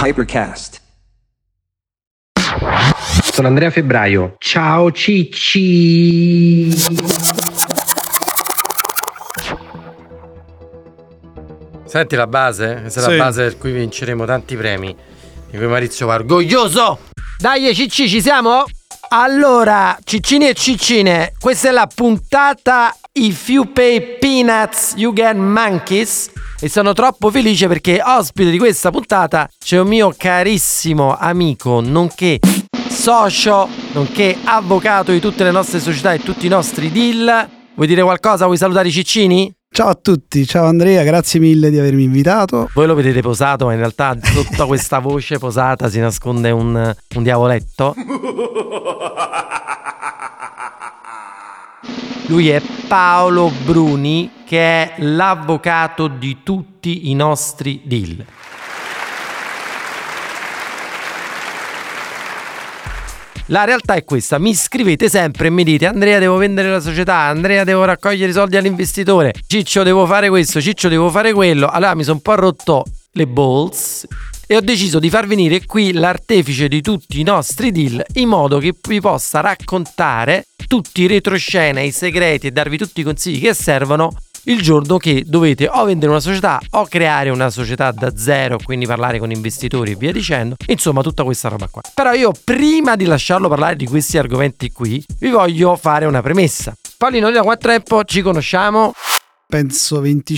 Hypercast. Sono Andrea Febbraio. Ciao Cicci. Senti la base? Questa è Sì. la base per cui vinceremo tanti premi. Di cui Maurizio va orgoglioso. Dai Cicci, ci siamo? Allora, Ciccini e Ciccine, questa è la puntata If You Pay Peanuts You Get Monkeys. E sono troppo felice perché ospite di questa puntata c'è un mio carissimo amico, nonché socio, nonché avvocato di tutte le nostre società e tutti i nostri deal. Vuoi dire qualcosa? Vuoi salutare i Ciccini? Ciao a tutti, ciao Andrea, grazie mille di avermi invitato. Voi lo vedete posato, ma in realtà sotto questa voce posata si nasconde un diavoletto. Lui è Paolo Bruni, che è l'avvocato di tutti i nostri deal. La realtà è questa: mi scrivete sempre e mi dite: Andrea, devo vendere la società, Andrea, devo raccogliere i soldi all'investitore, Ciccio, devo fare questo, Ciccio, devo fare quello. Allora mi sono un po' rotto le balls e ho deciso di far venire qui l'artefice di tutti i nostri deal, in modo che vi possa raccontare tutti i retroscena, i segreti e darvi tutti i consigli che servono il giorno che dovete o vendere una società o creare una società da zero, quindi parlare con investitori e via dicendo. Insomma, tutta questa roba qua. Però io, prima di lasciarlo parlare di questi argomenti qui, vi voglio fare una premessa. Paolino, da quanto tempo ci conosciamo? Penso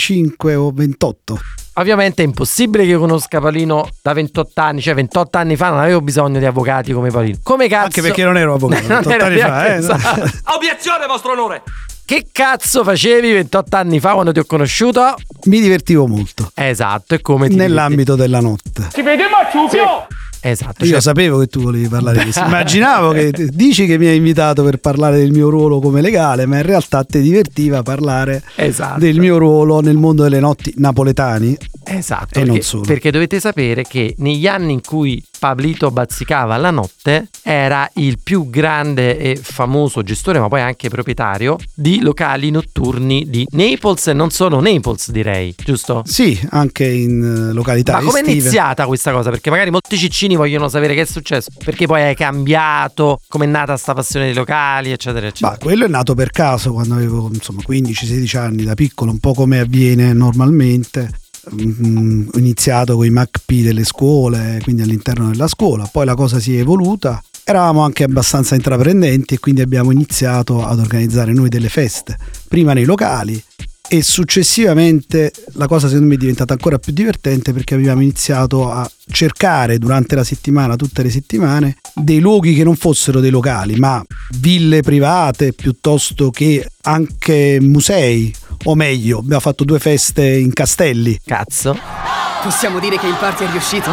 25 o 28. Ovviamente è impossibile che io conosca Paolino da 28 anni, cioè 28 anni fa non avevo bisogno di avvocati come Paolino. Come cazzo? Anche perché non ero avvocato, 28 anni fa, esatto. Obiezione, vostro onore! Che cazzo facevi 28 anni fa quando ti ho conosciuto? Mi divertivo molto. Esatto, e come ti nell'ambito della notte. Si vede Maciupio! Esatto, Io cioè, sapevo che tu volevi parlare di questo. Immaginavo che dici che mi hai invitato per parlare del mio ruolo come legale, ma in realtà ti divertiva parlare esatto. del mio ruolo nel mondo delle notti napoletani. Esatto, e non perché, solo. perché dovete sapere che negli anni in cui Pablito bazzicava la notte era il più grande e famoso gestore, ma poi anche proprietario di locali notturni di Naples, e non solo Naples, direi, giusto? Sì, anche in località Ma come è estive. iniziata questa cosa? Perché magari molti ciccini vogliono sapere che è successo, perché poi hai cambiato, com'è nata sta passione dei locali, eccetera eccetera. Ma quello è nato per caso, quando avevo 15-16 anni, da piccolo, un po' come avviene normalmente. Ho iniziato con i MACP delle scuole, quindi all'interno della scuola, poi la cosa si è evoluta. Eravamo anche abbastanza intraprendenti e quindi abbiamo iniziato ad organizzare noi delle feste, prima nei locali, e successivamente la cosa secondo me è diventata ancora più divertente perché abbiamo iniziato a cercare durante la settimana, tutte le settimane, dei luoghi che non fossero dei locali, ma ville private piuttosto che anche musei, o meglio, abbiamo fatto 2 feste in castelli. Cazzo. Possiamo dire che il party è riuscito?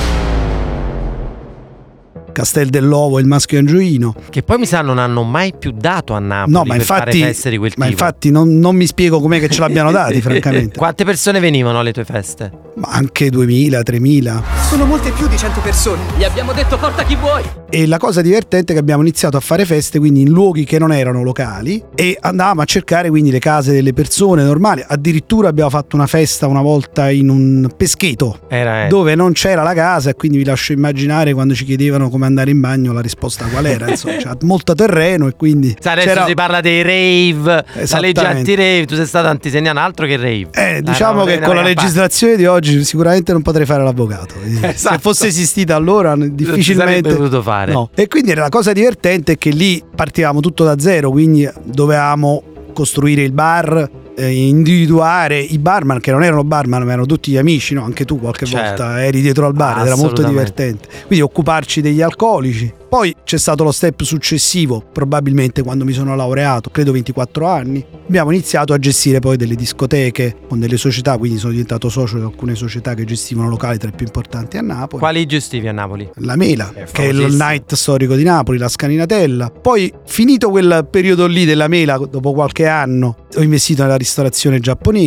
Castel dell'Ovo e il Maschio Angioino. Che poi mi sa non hanno mai più dato a Napoli No, ma per fare infatti, feste di quel tipo. ma infatti non mi spiego com'è che ce l'abbiano dati, francamente. Quante persone venivano alle tue feste? Ma anche 2000, 3000. Sono molte più di 100 persone. Gli abbiamo detto porta chi vuoi! E la cosa divertente è che abbiamo iniziato a fare feste quindi in luoghi che non erano locali e andavamo a cercare quindi le case delle persone normali. Addirittura abbiamo fatto una festa una volta in un pescheto dove non c'era la casa, e quindi vi lascio immaginare quando ci chiedevano come andare in bagno la risposta qual era. Insomma, c'era molto terreno e quindi Adesso si parla dei rave, la legge anti-rave. Tu sei stato antisegnato, altro che rave. Diciamo che con la legislazione di oggi sicuramente non potrei fare l'avvocato. Esatto. Se fosse esistita allora difficilmente sarebbe potuto fare. No. E quindi la cosa divertente è che lì partivamo tutto da zero, quindi dovevamo costruire il bar, individuare i barman, che non erano barman ma erano tutti gli amici, no? Anche tu qualche volta eri dietro al bar ed era molto divertente, quindi occuparci degli alcolici. Poi c'è stato lo step successivo, probabilmente quando mi sono laureato, credo 24 anni, abbiamo iniziato a gestire poi delle discoteche con delle società, quindi sono diventato socio di alcune società che gestivano locali tra i più importanti a Napoli. Quali gestivi a Napoli? La Mela, che è il night storico di Napoli, la Scaninatella. Poi, finito quel periodo lì della Mela, dopo qualche anno ho investito nella ristorazione giapponese.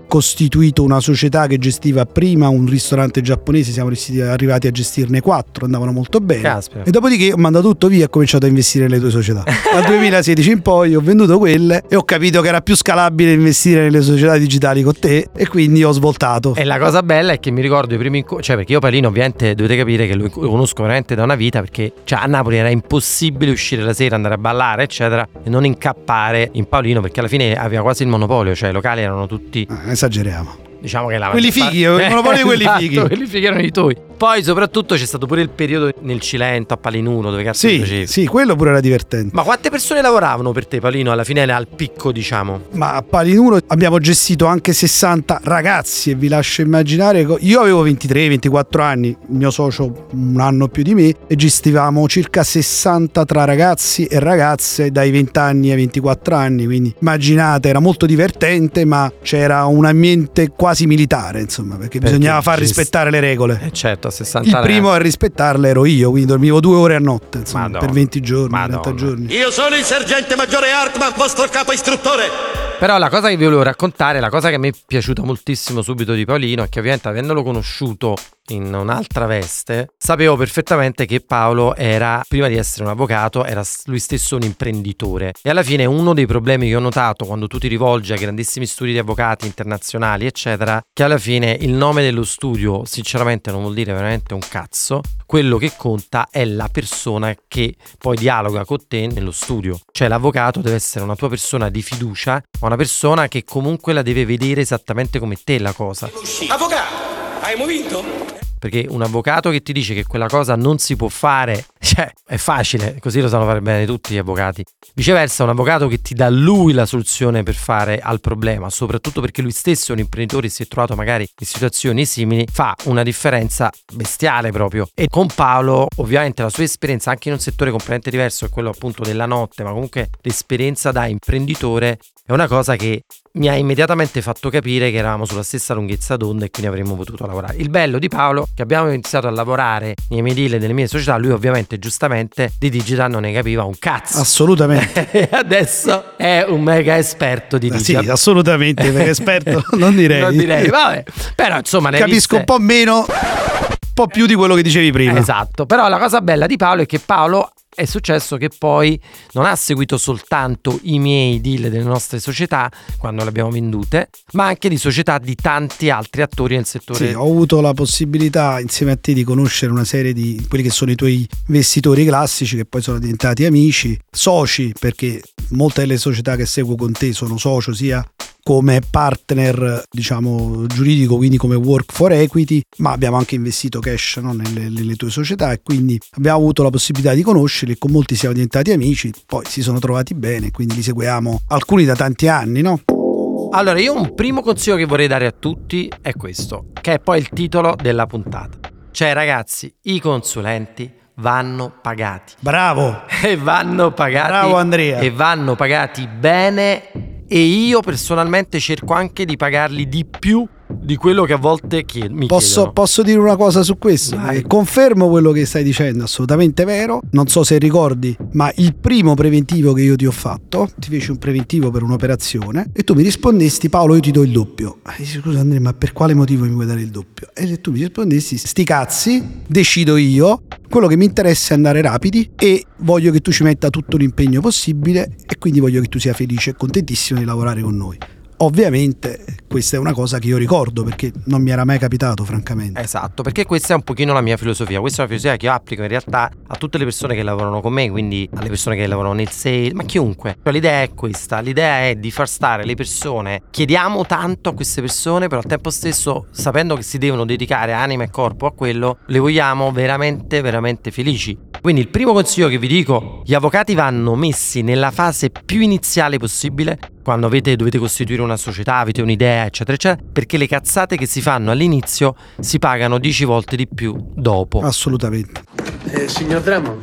costituito una società che gestiva prima un ristorante giapponese, siamo arrivati a gestirne 4, andavano molto bene. Caspita. E dopodiché ho mandato tutto via e ho cominciato a investire nelle 2 società. Dal 2016 in poi ho venduto quelle e ho capito che era più scalabile investire nelle società digitali con te, e quindi ho svoltato. E la cosa bella è che mi ricordo i primi incontri, cioè perché io Palino ovviamente dovete capire che lo conosco veramente da una vita, perché a Napoli era impossibile uscire la sera, andare a ballare eccetera e non incappare in Paolino, perché alla fine aveva quasi il monopolio, cioè i locali erano tutti, Esageriamo. diciamo che Quelli fighi, il monopolio di quelli fighi. Quelli fighi erano i tuoi. Poi soprattutto c'è stato pure il periodo nel Cilento a Palinuro, dove cazzo facevi? Sì, quello pure era divertente. Ma quante persone lavoravano per te, Palino, alla fine al picco, diciamo? Ma a Palinuro abbiamo gestito anche 60 ragazzi, e vi lascio immaginare, io avevo 23-24 anni, il mio socio un anno più di me, e gestivamo circa 60 tra ragazzi e ragazze dai 20 anni ai 24 anni, quindi immaginate, era molto divertente, ma c'era un ambiente quasi militare, insomma, perché bisognava far rispettare le regole. Certo, a 60 Il anni. primo a rispettarle ero io, quindi dormivo 2 ore a notte, insomma, Madonna. per 20 giorni, Madonna. 30 giorni. Io sono il sergente maggiore Hartman, vostro capo istruttore. Però la cosa che vi volevo raccontare, la cosa che a me è piaciuta moltissimo subito di Paolino, è che ovviamente avendolo conosciuto in un'altra veste, sapevo perfettamente che Paolo era, prima di essere un avvocato, era lui stesso un imprenditore. E alla fine uno dei problemi che ho notato quando tu ti rivolgi a grandissimi studi di avvocati internazionali eccetera, che alla fine il nome dello studio sinceramente non vuol dire veramente un cazzo. Quello che conta è la persona che poi dialoga con te nello studio. Cioè l'avvocato deve essere una tua persona di fiducia, ma una persona che comunque la deve vedere esattamente come te la cosa. Avvocato, hai vinto? Perché un avvocato che ti dice che quella cosa non si può fare, cioè è facile, così lo sanno fare bene tutti gli avvocati. Viceversa, un avvocato che ti dà lui la soluzione per fare al problema, soprattutto perché lui stesso è un imprenditore e si è trovato magari in situazioni simili, fa una differenza bestiale proprio. E con Paolo ovviamente la sua esperienza anche in un settore completamente diverso, è quello appunto della notte, ma comunque l'esperienza da imprenditore è una cosa che mi ha immediatamente fatto capire che eravamo sulla stessa lunghezza d'onda e quindi avremmo potuto lavorare. Il bello di Paolo è che abbiamo iniziato a lavorare nei miei deal e nelle mie società, lui ovviamente giustamente di digital non ne capiva un cazzo. Assolutamente. E adesso è un mega esperto di digital. Sì, assolutamente, perché esperto non direi. Non direi, vabbè. Però insomma capisco un po' meno, un po' più di quello che dicevi prima. Esatto, però la cosa bella di Paolo è che Paolo è successo che poi non ha seguito soltanto i miei deal delle nostre società quando le abbiamo vendute, ma anche di società di tanti altri attori nel settore. Sì, ho avuto la possibilità insieme a te di conoscere una serie di quelli che sono i tuoi investitori classici, che poi sono diventati amici, soci, perché molte delle società che seguo con te sono socio sia come partner, diciamo, giuridico, quindi come work for equity, ma abbiamo anche investito cash, no, nelle tue società, e quindi abbiamo avuto la possibilità di conoscerli, e con molti siamo diventati amici, poi si sono trovati bene, quindi li seguiamo alcuni da tanti anni, no? Allora, io un primo consiglio che vorrei dare a tutti è questo, che è poi il titolo della puntata. Cioè, ragazzi, i consulenti vanno pagati. Bravo! E vanno pagati. Bravo Andrea! E vanno pagati bene. E io personalmente cerco anche di pagarli di più di quello che a volte mi chiedono. Posso dire una cosa su questo? Vai. Confermo quello che stai dicendo, assolutamente vero. Non so se ricordi, ma il primo preventivo che io ti ho fatto, ti feci un preventivo per un'operazione e tu mi rispondesti: Paolo, io ti do il doppio. Scusa Andrea, ma per quale motivo mi vuoi dare il doppio? E tu mi rispondesti: sti cazzi, decido io, quello che mi interessa è andare rapidi e voglio che tu ci metta tutto l'impegno possibile, e quindi voglio che tu sia felice e contentissimo di lavorare con noi. Ovviamente questa è una cosa che io ricordo, perché non mi era mai capitato, francamente. Esatto, perché questa è un pochino la mia filosofia. Questa è una filosofia che io applico in realtà a tutte le persone che lavorano con me, quindi alle persone che lavorano nel sales, ma chiunque. Cioè, l'idea è questa, l'idea è di far stare le persone. Chiediamo tanto a queste persone, però al tempo stesso, sapendo che si devono dedicare anima e corpo a quello, le vogliamo veramente, veramente felici. Quindi il primo consiglio che vi dico: gli avvocati vanno messi nella fase più iniziale possibile, quando dovete costituire una società, avete un'idea, eccetera, eccetera, perché le cazzate che si fanno all'inizio si pagano 10 volte di più dopo. Assolutamente. Signor Drummond,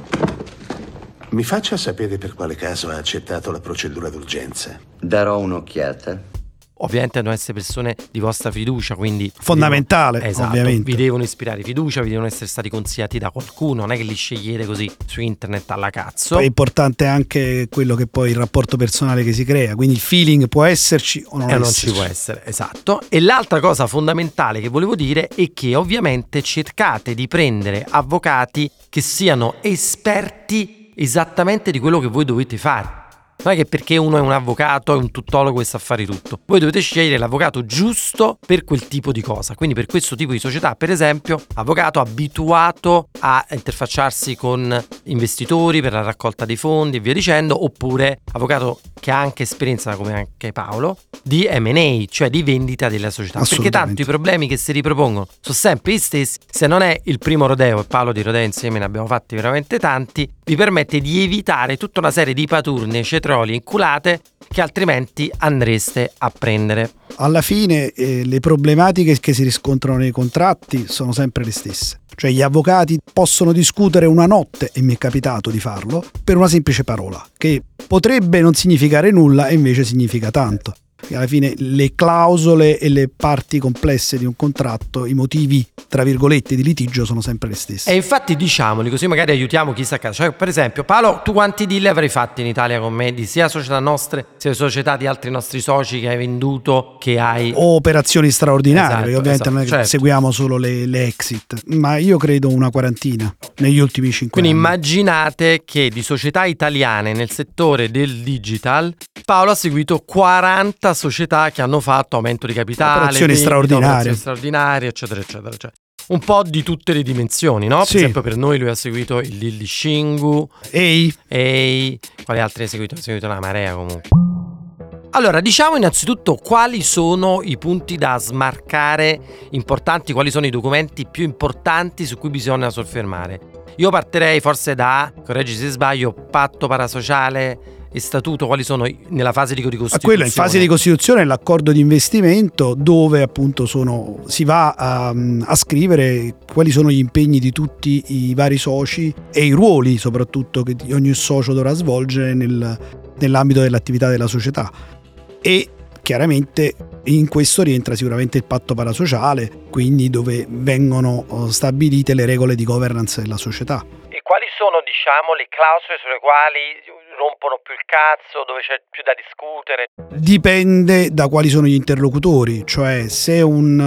Mi faccia sapere per quale caso ha accettato la procedura d'urgenza. darò un'occhiata. ovviamente devono essere persone di vostra fiducia, quindi Fondamentale, esatto, ovviamente. vi devono ispirare fiducia, vi devono essere stati consigliati da qualcuno, non è che li scegliete così su internet alla cazzo. Poi è importante anche quello che poi il rapporto personale che si crea, quindi il feeling può esserci o non Non esserci. ci può essere, esatto. E l'altra cosa fondamentale che volevo dire è che ovviamente cercate di prendere avvocati che siano esperti esattamente di quello che voi dovete fare. Non è che perché uno è un avvocato, è un tuttologo e sa fare tutto. Voi dovete scegliere l'avvocato giusto per quel tipo di cosa. Quindi per questo tipo di società, per esempio, avvocato abituato a interfacciarsi con investitori per la raccolta dei fondi e via dicendo, oppure avvocato che ha anche esperienza, come anche Paolo, di M&A, cioè di vendita della società. Perché tanto i problemi che si ripropongono sono sempre gli stessi. Se non è il primo rodeo, e Paolo di rodeo insieme ne abbiamo fatti veramente tanti, vi permette di evitare tutta una serie di paturne, cetroli, inculate che altrimenti andreste a prendere. Alla fine le problematiche che si riscontrano nei contratti sono sempre le stesse. Cioè gli avvocati possono discutere una notte, e mi è capitato di farlo, per una semplice parola, che potrebbe non significare nulla e invece significa tanto. Alla fine le clausole e le parti complesse di un contratto, i motivi tra virgolette di litigio sono sempre le stesse. E infatti diciamoli, così magari aiutiamo chi sta a casa. Cioè, per esempio, Paolo, tu quanti deal avrai fatti in Italia con me, di sia società nostre sia società di altri nostri soci che hai venduto, che hai... O operazioni straordinarie, Esatto, perché ovviamente non è che certo. seguiamo solo le exit, ma io credo una quarantina negli ultimi 5 Quindi anni. immaginate che di società italiane nel settore del digital Paolo ha seguito 40 società che hanno fatto aumento di capitale, Operazioni straordinarie, eccetera, eccetera, eccetera. Un po' di tutte le dimensioni, no? Per Sì. esempio per noi lui ha seguito il deal di Shingu, Ehi, quali altri hai seguito? Ha seguito una marea comunque. Allora, diciamo innanzitutto quali sono i punti da smarcare importanti, quali sono i documenti più importanti su cui bisogna soffermare. Io partirei forse da, correggi se sbaglio, patto parasociale e statuto, quali sono nella fase di ricostituzione? quello in fase di costituzione è l'accordo di investimento, dove appunto si va a scrivere quali sono gli impegni di tutti i vari soci e i ruoli soprattutto che ogni socio dovrà svolgere nell'ambito dell'attività della società. E chiaramente in questo rientra sicuramente il patto parasociale, quindi dove vengono stabilite le regole di governance della società. E quali sono, diciamo, le clausole sulle quali rompono più il cazzo, dove c'è più da discutere? Dipende da quali sono gli interlocutori, cioè se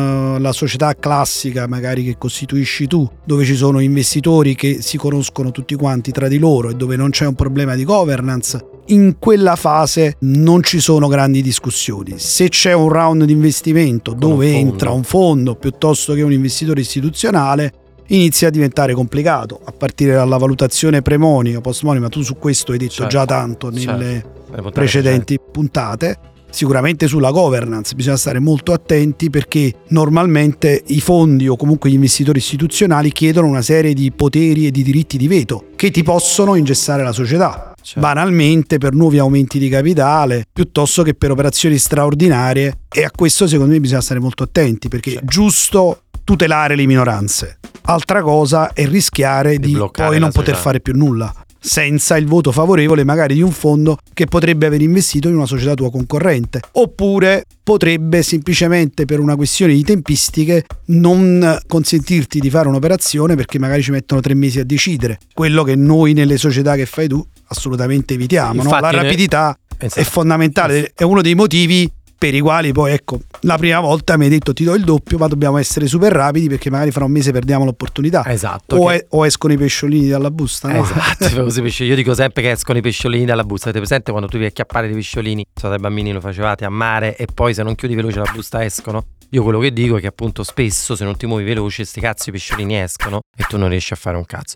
la società classica magari che costituisci tu, dove ci sono investitori che si conoscono tutti quanti tra di loro e dove non c'è un problema di governance, in quella fase non ci sono grandi discussioni. Se c'è un round di investimento dove entra un fondo piuttosto che un investitore istituzionale, inizia a diventare complicato, a partire dalla valutazione pre-money o post-money, ma tu su questo hai detto già tanto nelle precedenti puntate. Sicuramente sulla governance bisogna stare molto attenti, perché normalmente i fondi o comunque gli investitori istituzionali chiedono una serie di poteri e di diritti di veto che ti possono ingessare la società, banalmente per nuovi aumenti di capitale piuttosto che per operazioni straordinarie, e a questo secondo me bisogna stare molto attenti, perché è giusto tutelare le minoranze, altra cosa è rischiare di poi non poter fare più nulla senza il voto favorevole magari di un fondo che potrebbe aver investito in una società tua concorrente, oppure potrebbe semplicemente per una questione di tempistiche non consentirti di fare un'operazione perché magari ci mettono 3 mesi a decidere, quello che noi nelle società che fai tu assolutamente evitiamo. Infatti, no? La rapidità è fondamentale, è uno dei motivi per i quali poi, ecco, la prima volta mi hai detto ti do il doppio, ma dobbiamo essere super rapidi perché magari fra un mese perdiamo l'opportunità. Esatto. O escono i pesciolini dalla busta, no? Esatto. Io dico sempre che escono i pesciolini dalla busta. Avete presente quando tu devi acchiappare dei pesciolini? So, dai bambini lo facevate a mare e poi se non chiudi veloce la busta escono? Io quello che dico è che appunto spesso se non ti muovi veloce sti cazzo i pesciolini escono e tu non riesci a fare un cazzo.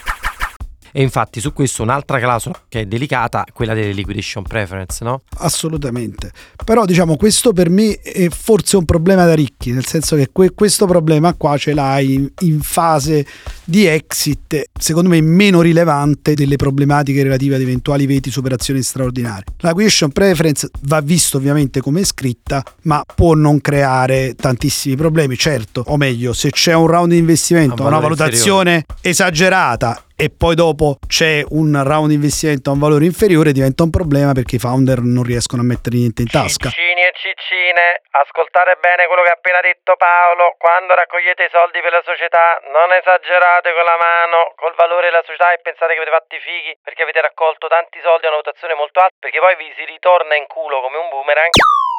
E infatti su questo un'altra clausola che è delicata è quella delle liquidation preference, no? Assolutamente. Però diciamo questo per me è forse un problema da ricchi, nel senso che questo problema qua ce l'hai in fase di exit, secondo me meno rilevante delle problematiche relative ad eventuali veti su operazioni straordinarie. La liquidation preference va visto ovviamente come è scritta, ma può non creare tantissimi problemi, certo, o meglio, se c'è un round di investimento, una valutazione esagerata e poi dopo c'è un round di investimento a un valore inferiore, diventa un problema perché i founder non riescono a mettere niente in tasca. Ciccini e ciccine, ascoltate bene quello che ha appena detto Paolo. Quando raccogliete i soldi per la società, non esagerate con la mano, col valore della società, e pensate che avete fatti fighi perché avete raccolto tanti soldi a una votazione molto alta, perché poi vi si ritorna in culo come un boomerang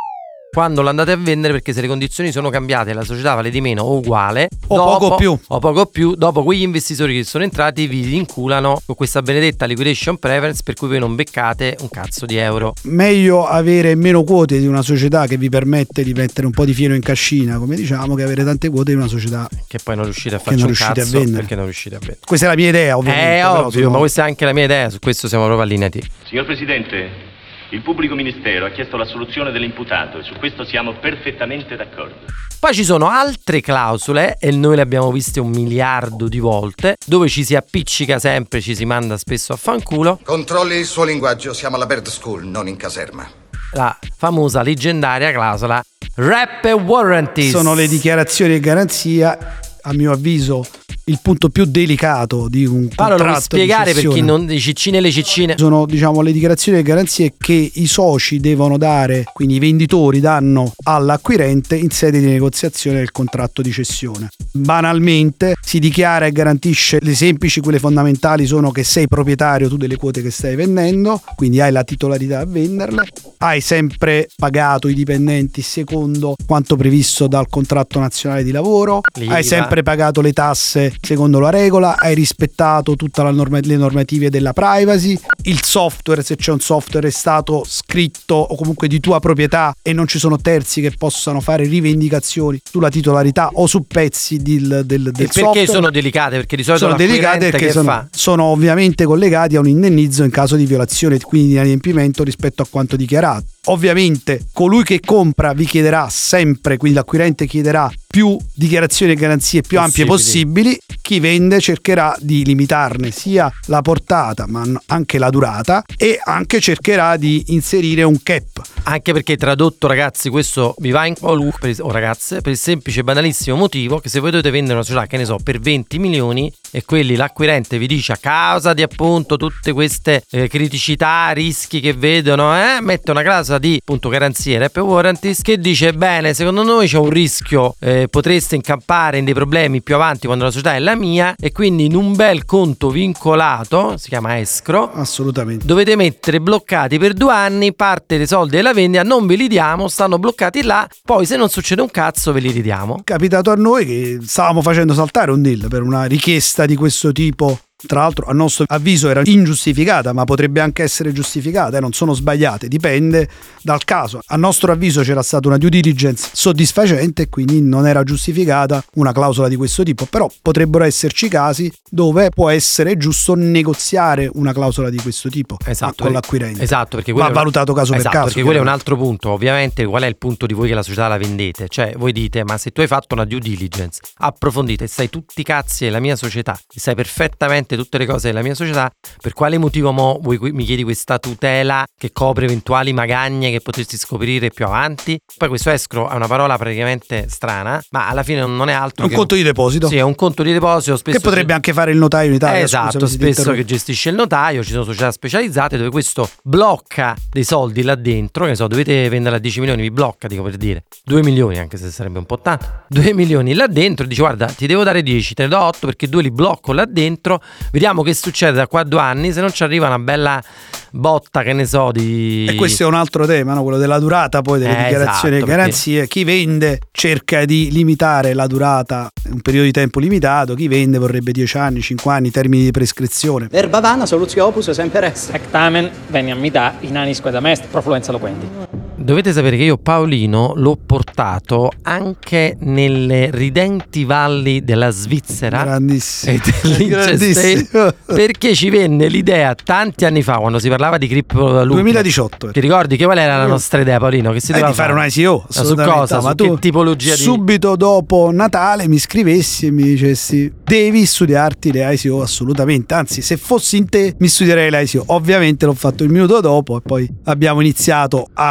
quando l'andate a vendere, perché se le condizioni sono cambiate, la società vale di meno o uguale O poco più. dopo quegli investitori che sono entrati vi inculano con questa benedetta liquidation preference, per cui voi non beccate un cazzo di euro. Meglio avere meno quote di una società che vi permette di mettere un po' di fieno in cascina, come diciamo, che avere tante quote di una società che poi non riuscite a che farci non un riuscite cazzo a vendere. perché non riuscite a vendere. Questa è la mia idea, ovviamente. È però ovvio, sono- ma questa è anche la mia idea, su questo siamo proprio allineati. Signor Presidente, il pubblico ministero ha chiesto l'assoluzione dell'imputato e su questo siamo perfettamente d'accordo. Poi ci sono altre clausole, e noi le abbiamo viste 1 miliardo di volte, dove ci si appiccica sempre, ci si manda spesso a fanculo. Controlli il suo linguaggio, siamo alla Bird School, non in caserma. La famosa leggendaria clausola Rep e Warranties. Sono le dichiarazioni di garanzia, a mio avviso, il punto più delicato di un contratto. Allora, lo vuoi spiegare per chi non, i ciccine e le ciccine? Sono, diciamo, le dichiarazioni di garanzie che i soci devono dare, quindi i venditori danno all'acquirente in sede di negoziazione del contratto di cessione. Banalmente si dichiara e garantisce le semplici, quelle fondamentali sono che sei proprietario tu delle quote che stai vendendo, quindi hai la titolarità a venderle, hai sempre pagato i dipendenti secondo quanto previsto dal contratto nazionale di lavoro, L'IVA. hai sempre pagato le tasse secondo la regola, hai rispettato tutte le normative della privacy, il software, se c'è un software, è stato scritto o comunque di tua proprietà e non ci sono terzi che possano fare rivendicazioni sulla titolarità o su pezzi del Perché software. sono delicate? Perché di solito Sono delicate l'acquirente perché che fa? sono ovviamente collegati a un indennizzo in caso di violazione, quindi di inadempimento rispetto a quanto dichiarato. Ovviamente colui che compra vi chiederà sempre, quindi l'acquirente chiederà più dichiarazioni e garanzie più ampie possibili, chi vende cercherà di limitarne sia la portata ma anche la durata, e anche cercherà di inserire un cap. Anche perché tradotto, ragazzi, questo vi va in culo, o ragazze, per il semplice e banalissimo motivo che se voi dovete vendere una società, che ne so, per 20 milioni e quelli l'acquirente vi dice a causa di appunto tutte queste criticità, rischi che vedono, mette una clausola di appunto garanzie, rep e warranties, che dice bene, secondo noi c'è un rischio, potreste incappare in dei problemi più avanti quando la società è la mia, e quindi in un bel conto vincolato, si chiama escrow, Assolutamente. dovete mettere bloccati per 2 anni parte dei soldi della vendita, non ve li diamo, stanno bloccati là, poi se non succede un cazzo ve li ridiamo. È capitato a noi che stavamo facendo saltare un deal per una richiesta di questo tipo. Tra l'altro, a nostro avviso era ingiustificata, ma potrebbe anche essere giustificata, non sono sbagliate, dipende dal caso. A nostro avviso c'era stata una due diligence soddisfacente e quindi non era giustificata una clausola di questo tipo, però potrebbero esserci casi dove può essere giusto negoziare una clausola di questo tipo con l'acquirente. Esatto, perché va valutato caso per caso. Perché quello è un altro punto. Ovviamente, qual è il punto di voi che la società la vendete? Cioè, voi dite, ma se tu hai fatto una due diligence approfondita e sai tutti i cazzi della mia società, e sai perfettamente tutte le cose della mia società, per quale motivo voi mi chiedi questa tutela che copre eventuali magagne che potresti scoprire più avanti? Poi questo escrow è una parola praticamente strana, ma alla fine non è altro un che conto di deposito. Sì, è un conto di deposito, spesso che potrebbe anche fare il notaio in Italia. Esatto, spesso che gestisce il notaio. Ci sono società specializzate dove questo blocca dei soldi là dentro, che ne so, dovete vendere a 10 milioni, vi blocca, dico per dire 2 milioni, anche se sarebbe un po' tanto, 2 milioni là dentro, e dice guarda, ti devo dare 10, te ne do 8 perché 2 li blocco là dentro, vediamo che succede da qua a 2 anni, se non ci arriva una bella botta, che ne so, di... E questo è un altro tema, no? Quello della durata poi delle dichiarazioni e esatto, garanzie. Perché chi vende cerca di limitare la durata, un periodo di tempo limitato, chi vende vorrebbe 10 anni, 5 anni, termini di prescrizione. Verba vana, solutio opus, sempre est. Ectamen, veniam mita, inanis quedam est, profluenza loquenti. Dovete sapere che io Paolino l'ho portato anche nelle ridenti valli della Svizzera Grandissimo. e dell'Inchester, perché ci venne l'idea tanti anni fa, quando si parlava di criptovalute. 2018. Ti ricordi che qual era la nostra idea, Paolino? Che si doveva Di fare un ICO, su cosa? ma Su tu che tipologia di... subito dopo Natale mi scrivessi e mi dicessi devi studiarti le ICO assolutamente, anzi se fossi in te mi studierei le ICO. Ovviamente l'ho fatto il minuto dopo e poi abbiamo iniziato a guardare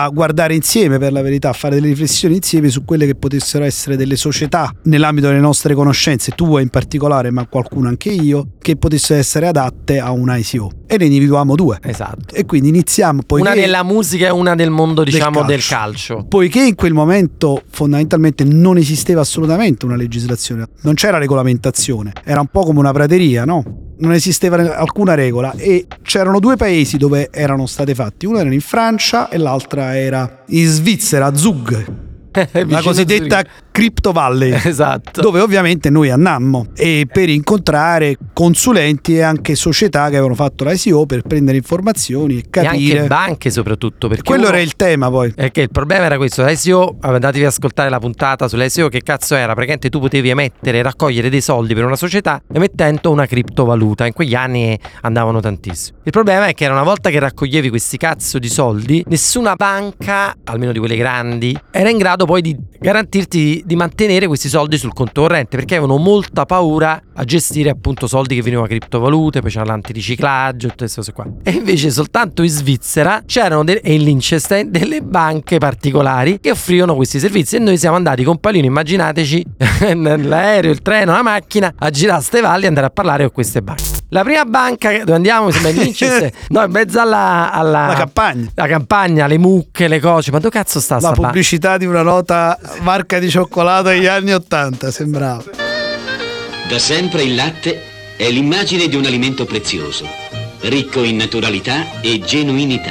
stare insieme, per la verità, a fare delle riflessioni insieme su quelle che potessero essere delle società nell'ambito delle nostre conoscenze, tua in particolare, ma qualcuno anche io, che potessero essere adatte a un ICO. E ne individuiamo 2. Esatto. E quindi iniziamo. Una della musica e una del mondo, diciamo, del calcio. Poiché in quel momento fondamentalmente non esisteva assolutamente una legislazione, non c'era regolamentazione, era un po' come una prateria, no? Non esisteva alcuna regola e c'erano 2 paesi dove erano state fatte, uno era in Francia e l'altra era in Svizzera, Zug, la cosiddetta Crypto Valley, esatto, dove ovviamente noi andammo e per incontrare consulenti e anche società che avevano fatto l'ICO per prendere informazioni e capire. E anche banche soprattutto, perché quello era il tema poi. Perché il problema era questo, l'ICO, andatevi ad ascoltare la puntata sull'ICO, che cazzo era? Praticamente tu potevi emettere e raccogliere dei soldi per una società emettendo una criptovaluta, in quegli anni andavano tantissimo. Il problema è che una volta che raccoglievi questi cazzo di soldi, nessuna banca, almeno di quelle grandi, era in grado poi di garantirti di mantenere questi soldi sul conto corrente, perché avevano molta paura a gestire appunto soldi che venivano a criptovalute, poi c'era l'antiriciclaggio, tutte queste cose qua. E invece soltanto in Svizzera c'erano e in Liechtenstein delle banche particolari che offrivano questi servizi, e noi siamo andati con Paolino, immaginateci, l'aereo, il treno, la macchina, a girare ste valli e andare a parlare con queste banche. La prima banca dove andiamo, mi sembra in Liechtenstein, no, in mezzo alla campagna. La campagna, le mucche, le cose. Ma dove cazzo sta la pubblicità di una nota marca di cioccolato degli anni '80, sembrava. Da sempre il latte è l'immagine di un alimento prezioso, ricco in naturalità e genuinità.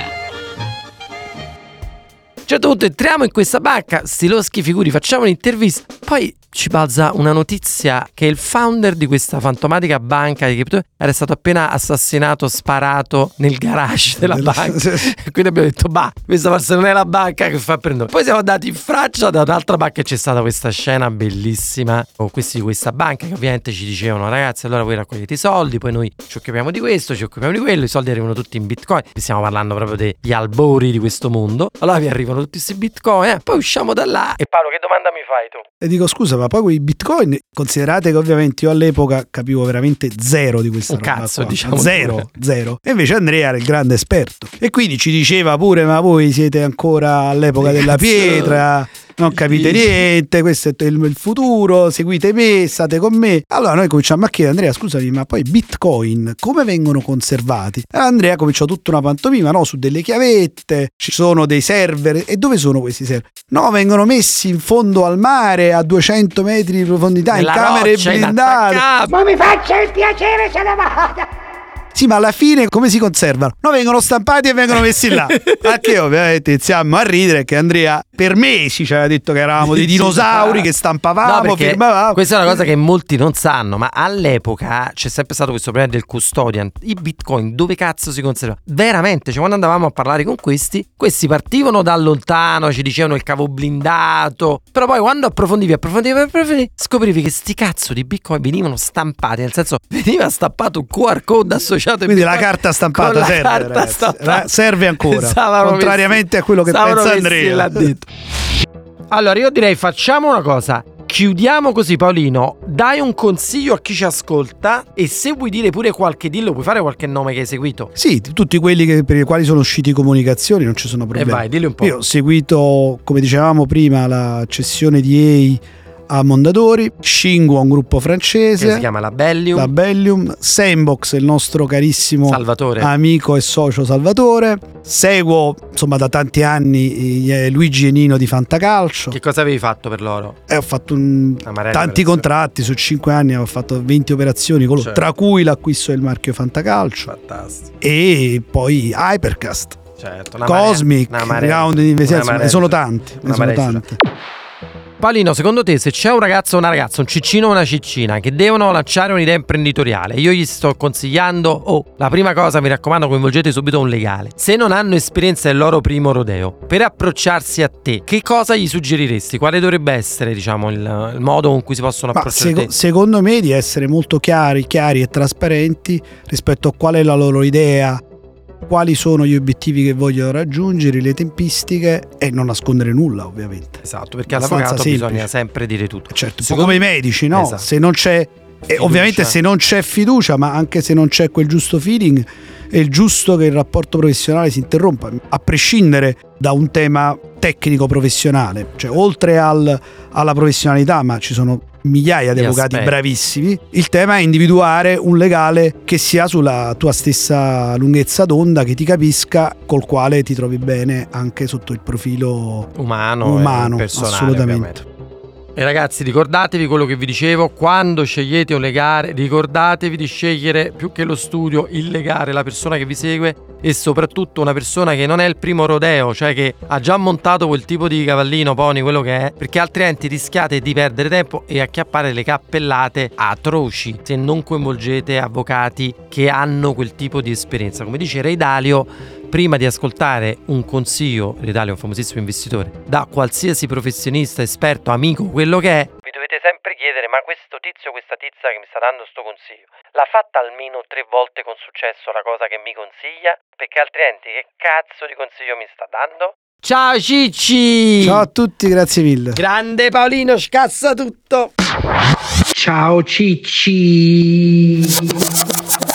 A un certo punto entriamo in questa banca, sti loschi figuri, facciamo un'intervista, poi ci balza una notizia che il founder di questa fantomatica banca di cripto era stato appena assassinato, sparato nel garage della banca. E quindi abbiamo detto, questa forse non è la banca che fa prendere. Poi siamo andati in Francia da un'altra banca e c'è stata questa scena bellissima con questi di questa banca che ovviamente ci dicevano: ragazzi, allora voi raccogliete i soldi, poi noi ci occupiamo di questo, ci occupiamo di quello, i soldi arrivano tutti in bitcoin. Stiamo parlando proprio degli albori di questo mondo. Allora vi arrivano tutti questi bitcoin, poi usciamo da là. E Paolo, che domanda mi fai tu? E dico, scusa, ma poi quei bitcoin, considerate che ovviamente io all'epoca capivo veramente zero di questa roba cazzo, qua. diciamo zero. E invece Andrea era il grande esperto e quindi ci diceva pure: ma voi siete ancora all'epoca della pietra, non capite niente, questo è il futuro, seguite me, state con me. Allora noi cominciamo a chiedere: Andrea, scusami, ma poi bitcoin come vengono conservati? E Andrea cominciò tutta una pantomima, no, su delle chiavette, ci sono dei server. E dove sono questi server? No, vengono messi in fondo al mare a 200 metri di profondità, in camere blindate. Ma mi faccia il piacere, se ne vada! Sì, ma alla fine come si conservano? No, vengono stampati e vengono messi là. Anche ovviamente iniziamo a ridere che Andrea per mesi ci aveva detto che eravamo dei dinosauri che stampavamo, firmavamo. Questa è una cosa che molti non sanno, ma all'epoca c'è sempre stato questo problema del custodian. I bitcoin dove cazzo si conservano? Veramente, cioè quando andavamo a parlare con questi partivano da lontano, ci dicevano il cavo blindato, però poi quando approfondivi, scoprivi che sti cazzo di bitcoin venivano stampati, nel senso veniva stampato un QR code associato. Quindi la carta stampata serve ancora, contrariamente a quello che pensa Andrea. L'ha detto. Allora io direi facciamo una cosa, chiudiamo così. Paolino, dai un consiglio a chi ci ascolta, e se vuoi dire pure qualche dillo, puoi fare qualche nome che hai seguito? Sì, tutti quelli per i quali sono usciti comunicazioni, non ci sono problemi. E vai, dilli un po'. Io ho seguito, come dicevamo prima, la cessione di EI a Mondadori, Xingu, un gruppo francese che si chiama la Bellium, Sandbox, il nostro carissimo Salvatore, amico e socio Salvatore. Seguo insomma da tanti anni Luigi e Nino di Fantacalcio. Che cosa avevi fatto per loro? Ho fatto tanti contratti su 5 anni, ho fatto 20 operazioni con loro, tra cui l'acquisto del marchio Fantacalcio. Fantastico. E poi Hypercast, certo, Cosmic, Round di investizioni, ne sono tanti. Paolino, secondo te se c'è un ragazzo o una ragazza, un ciccino o una ciccina che devono lanciare un'idea imprenditoriale, io gli sto consigliando, la prima cosa, mi raccomando, coinvolgete subito un legale. Se non hanno esperienza del loro primo rodeo, per approcciarsi a te, che cosa gli suggeriresti? Quale dovrebbe essere, diciamo, il modo con cui si possono approcciare a te? Secondo me di essere molto chiari e trasparenti rispetto a qual è la loro idea, quali sono gli obiettivi che vogliono raggiungere, le tempistiche, e non nascondere nulla, ovviamente. Esatto, perché all'avvocato bisogna sempre dire tutto. Certo, un po' come i medici, no? Esatto. Se non c'è ovviamente se non c'è fiducia, ma anche se non c'è quel giusto feeling, è il giusto che il rapporto professionale si interrompa, a prescindere da un tema tecnico professionale, cioè oltre alla professionalità, ma ci sono migliaia di avvocati bravissimi. Il tema è individuare un legale che sia sulla tua stessa lunghezza d'onda, che ti capisca, col quale ti trovi bene anche sotto il profilo umano personale, assolutamente. Ovviamente. E ragazzi, ricordatevi quello che vi dicevo: quando scegliete un legale, ricordatevi di scegliere, più che lo studio, il legale, la persona che vi segue, e soprattutto una persona che non è il primo rodeo, cioè che ha già montato quel tipo di cavallino, pony, quello che è, perché altrimenti rischiate di perdere tempo e acchiappare le cappellate atroci se non coinvolgete avvocati che hanno quel tipo di esperienza. Come dice Ray Dalio, prima di ascoltare un consiglio, Ray Dalio è un famosissimo investitore, da qualsiasi professionista, esperto, amico, quello che è, vi dovete sempre chiedere: ma questo tizio, questa tizia che mi sta dando sto consiglio, l'ha fatta almeno 3 volte con successo la cosa che mi consiglia? Perché altrimenti che cazzo di consiglio mi sta dando? Ciao Cicci! Ciao a tutti, grazie mille. Grande Paolino, scassa tutto! Ciao Cicci!